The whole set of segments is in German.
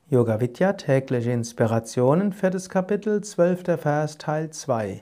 Yoga Vidya, tägliche Inspirationen, 4. Kapitel, 12. Vers, Teil 2.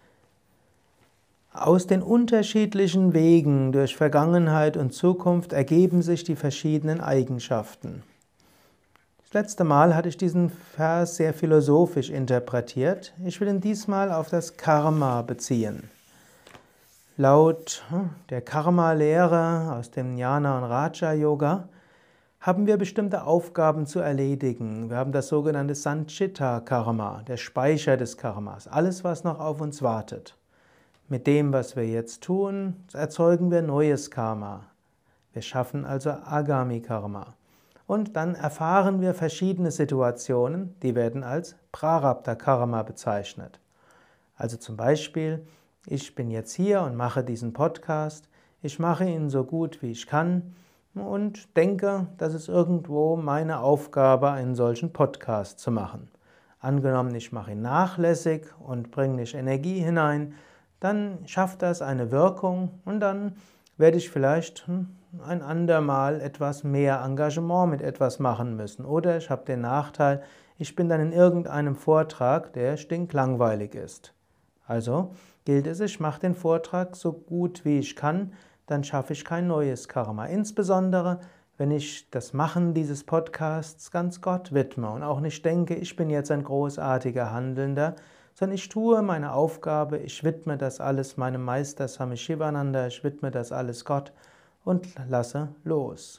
Aus den unterschiedlichen Wegen durch Vergangenheit und Zukunft ergeben sich die verschiedenen Eigenschaften. Das letzte Mal hatte ich diesen Vers sehr philosophisch interpretiert. Ich will ihn diesmal auf das Karma beziehen. Laut der Karma-Lehre aus dem Jnana- und Raja-Yoga haben wir bestimmte Aufgaben zu erledigen. Wir haben das sogenannte Sanchita-Karma, der Speicher des Karmas, alles, was noch auf uns wartet. Mit dem, was wir jetzt tun, erzeugen wir neues Karma. Wir schaffen also Agami-Karma. Und dann erfahren wir verschiedene Situationen, die werden als Prarabdha-Karma bezeichnet. Also zum Beispiel, ich bin jetzt hier und mache diesen Podcast, ich mache ihn so gut wie ich kann und denke, das ist irgendwo meine Aufgabe, einen solchen Podcast zu machen. Angenommen, ich mache ihn nachlässig und bringe nicht Energie hinein, dann schafft das eine Wirkung und dann werde ich vielleicht ein andermal etwas mehr Engagement mit etwas machen müssen. Oder ich habe den Nachteil, ich bin dann in irgendeinem Vortrag, der stinklangweilig ist. Also gilt es, ich mache den Vortrag so gut wie ich kann, dann schaffe ich kein neues Karma. Insbesondere, wenn ich das Machen dieses Podcasts ganz Gott widme und auch nicht denke, ich bin jetzt ein großartiger Handelnder, sondern ich tue meine Aufgabe, ich widme das alles meinem Meister Swami Shivananda, ich widme das alles Gott und lasse los.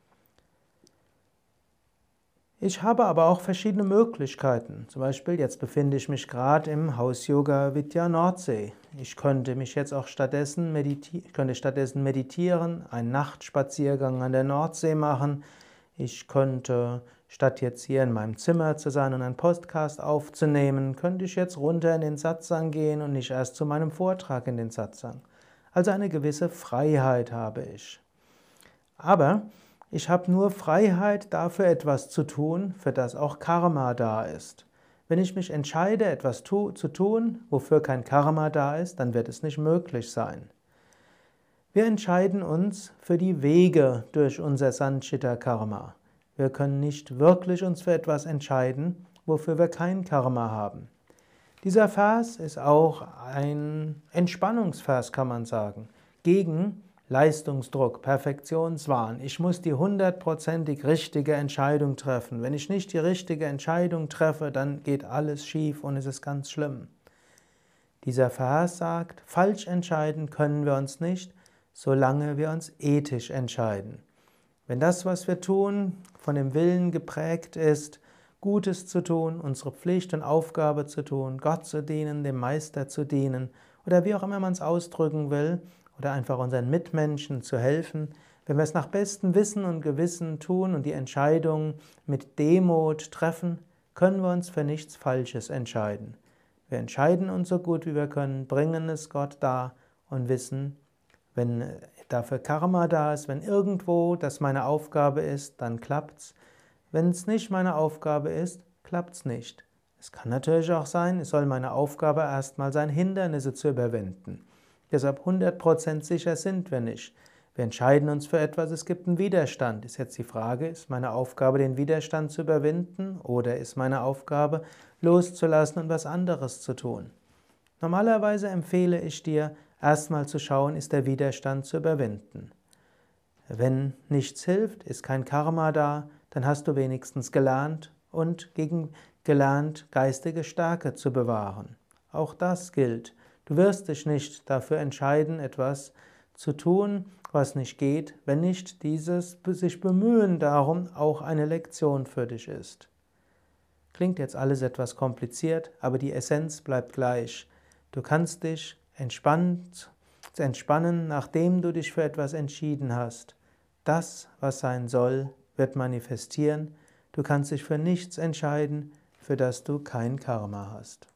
Ich habe aber auch verschiedene Möglichkeiten. Zum Beispiel, jetzt befinde ich mich gerade im Haus Yoga Vidya Nordsee. Ich könnte stattdessen meditieren, einen Nachtspaziergang an der Nordsee machen. Ich könnte, statt jetzt hier in meinem Zimmer zu sein und einen Podcast aufzunehmen, könnte ich jetzt runter in den Satsang gehen und nicht erst zu meinem Vortrag in den Satsang. Also eine gewisse Freiheit habe ich. Aber ich habe nur Freiheit, dafür etwas zu tun, für das auch Karma da ist. Wenn ich mich entscheide, etwas zu tun, wofür kein Karma da ist, dann wird es nicht möglich sein. Wir entscheiden uns für die Wege durch unser Sanchita Karma. Wir können nicht wirklich uns für etwas entscheiden, wofür wir kein Karma haben. Dieser Vers ist auch ein Entspannungsvers, kann man sagen, gegen Leistungsdruck, Perfektionswahn. Ich muss die 100%ig richtige Entscheidung treffen. Wenn ich nicht die richtige Entscheidung treffe, dann geht alles schief und es ist ganz schlimm. Dieser Vers sagt, falsch entscheiden können wir uns nicht, solange wir uns ethisch entscheiden. Wenn das, was wir tun, von dem Willen geprägt ist, Gutes zu tun, unsere Pflicht und Aufgabe zu tun, Gott zu dienen, dem Meister zu dienen oder wie auch immer man es ausdrücken will, oder einfach unseren Mitmenschen zu helfen, wenn wir es nach bestem Wissen und Gewissen tun und die Entscheidung mit Demut treffen, können wir uns für nichts Falsches entscheiden. Wir entscheiden uns so gut wie wir können, bringen es Gott dar und wissen, wenn dafür Karma da ist, wenn irgendwo das meine Aufgabe ist, dann klappt's. Wenn es nicht meine Aufgabe ist, klappt's nicht. Es kann natürlich auch sein, es soll meine Aufgabe erstmal sein, Hindernisse zu überwinden. Deshalb 100% sicher sind wir nicht. Wir entscheiden uns für etwas, es gibt einen Widerstand. Ist jetzt die Frage, ist meine Aufgabe, den Widerstand zu überwinden oder ist meine Aufgabe, loszulassen und was anderes zu tun? Normalerweise empfehle ich dir, erstmal zu schauen, ist der Widerstand zu überwinden. Wenn nichts hilft, ist kein Karma da, dann hast du wenigstens gelernt geistige Stärke zu bewahren. Auch das gilt. Du wirst dich nicht dafür entscheiden, etwas zu tun, was nicht geht, wenn nicht dieses sich bemühen darum auch eine Lektion für dich ist. Klingt jetzt alles etwas kompliziert, aber die Essenz bleibt gleich. Du kannst dich entspannen, nachdem du dich für etwas entschieden hast. Das, was sein soll, wird manifestieren. Du kannst dich für nichts entscheiden, für das du kein Karma hast.